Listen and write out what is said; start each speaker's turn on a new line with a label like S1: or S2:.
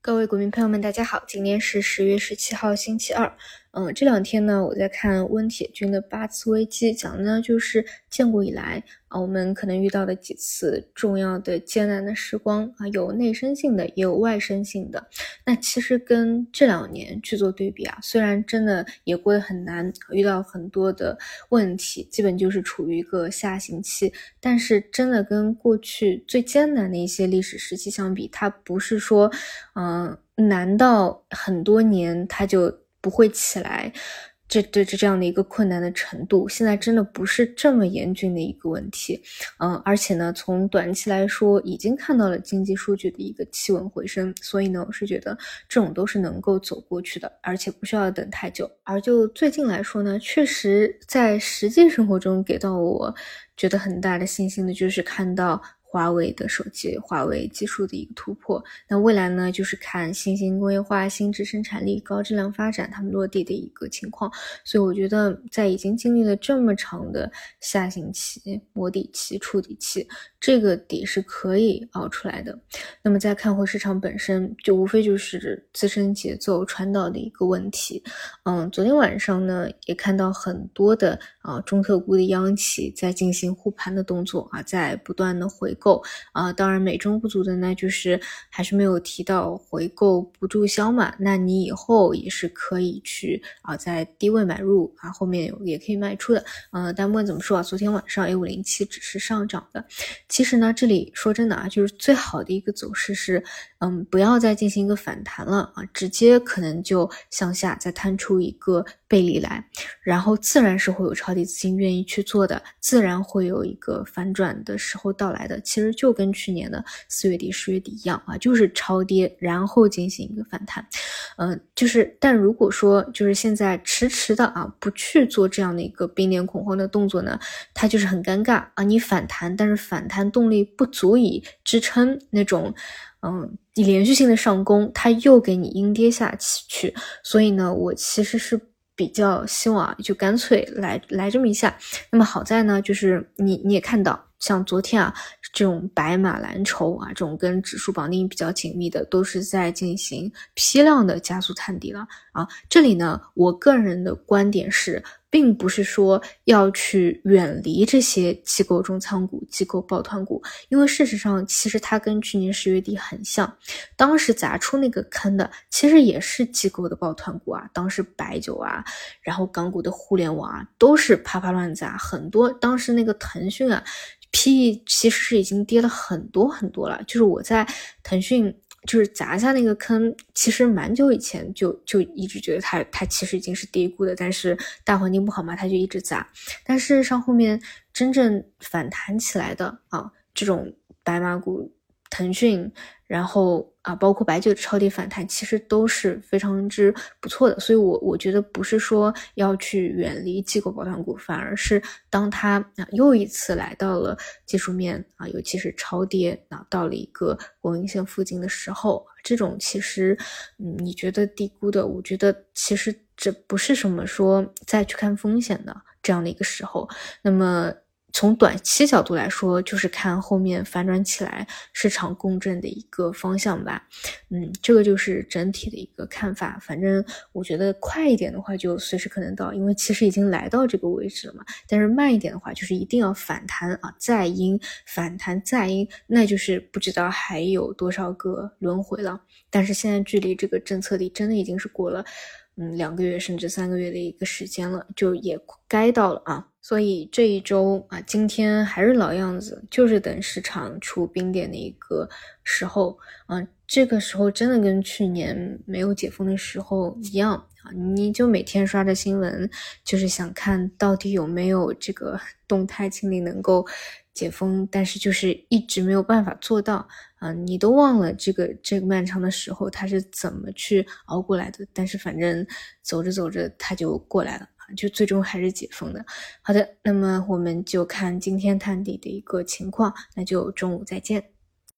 S1: 各位股民朋友们，大家好，今天是10月17号星期二。这两天呢，我在看温铁军的8次危机，讲的呢就是建国以来我们可能遇到的几次重要的艰难的时光有内生性的，也有外生性的。那其实跟这2年去做对比虽然真的也过得很难，遇到很多的问题，基本就是处于一个下行期，但是真的跟过去最艰难的一些历史时期相比，它不是说难到很多年它就不会起来，这样的一个困难的程度，现在真的不是这么严峻的一个问题。而且呢，从短期来说，已经看到了经济数据的一个企稳回升，所以呢，我是觉得这种都是能够走过去的，而且不需要等太久。而就最近来说呢，确实在实际生活中给到我觉得很大的信心的，就是看到华为的手机，华为技术的一个突破。那未来呢，就是看新型工业化、新质生产力、高质量发展他们落地的一个情况。所以我觉得在已经经历了这么长的下行期、摸底期、触底期，这个底是可以熬出来的。那么再看回市场本身，就无非就是自身节奏传导的一个问题。昨天晚上呢，也看到很多的中特估的央企在进行护盘的动作在不断的回购当然美中不足的呢，就是还是没有提到回购不注销嘛，那你以后也是可以去在低位买入后面也可以卖出的。但不管怎么说昨天晚上 A507 只是上涨的。其实呢，这里说真的就是最好的一个走势是不要再进行一个反弹了直接可能就向下再摊出一个背离来，然后自然是会有抄底资金愿意去做的，自然会有一个反转的时候到来的。其实就跟去年的4月底10月底一样就是超跌然后进行一个反弹。但如果说就是现在迟迟的不去做这样的一个冰点恐慌的动作呢，它就是很尴尬你反弹，但是反弹动力不足以支撑那种你连续性的上攻，它又给你阴跌下去。所以呢，我其实是比较希望就干脆来这么一下。那么好在呢，就是你也看到像昨天这种白马蓝筹这种跟指数绑定比较紧密的，都是在进行批量的加速探底了这里呢，我个人的观点是并不是说要去远离这些机构重仓股、机构抱团股，因为事实上其实它跟去年10月底很像，当时砸出那个坑的其实也是机构的抱团股当时白酒然后港股的互联网都是啪啪乱砸，很多当时那个腾讯PE 其实是已经跌了很多很多了，就是我在腾讯就是砸下那个坑，其实蛮久以前就一直觉得它其实已经是低估的，但是大环境不好嘛，它就一直砸。但事实上后面真正反弹起来的这种白马股腾讯，然后包括白酒的超跌反弹，其实都是非常之不错的。所以我觉得不是说要去远离机构抱团股，反而是当它又一次来到了技术面尤其是超跌到了一个国营线附近的时候，这种其实你觉得低估的，我觉得其实这不是什么说再去看风险的这样的一个时候。那么从短期角度来说，就是看后面反转起来市场共振的一个方向吧。这个就是整体的一个看法。反正我觉得快一点的话就随时可能到，因为其实已经来到这个位置了嘛。但是慢一点的话，就是一定要反弹再阴，反弹再阴，那就是不知道还有多少个轮回了。但是现在距离这个政策里真的已经是过了2个月甚至3个月的一个时间了，就也该到了所以这一周今天还是老样子，就是等市场出冰点的一个时候这个时候真的跟去年没有解封的时候一样你就每天刷着新闻，就是想看到底有没有这个动态清零能够解封，但是就是一直没有办法做到你都忘了这个漫长的时候它是怎么去熬过来的，但是反正走着走着它就过来了，就最终还是解封的。好的，那么我们就看今天探底的一个情况，那就中午再见。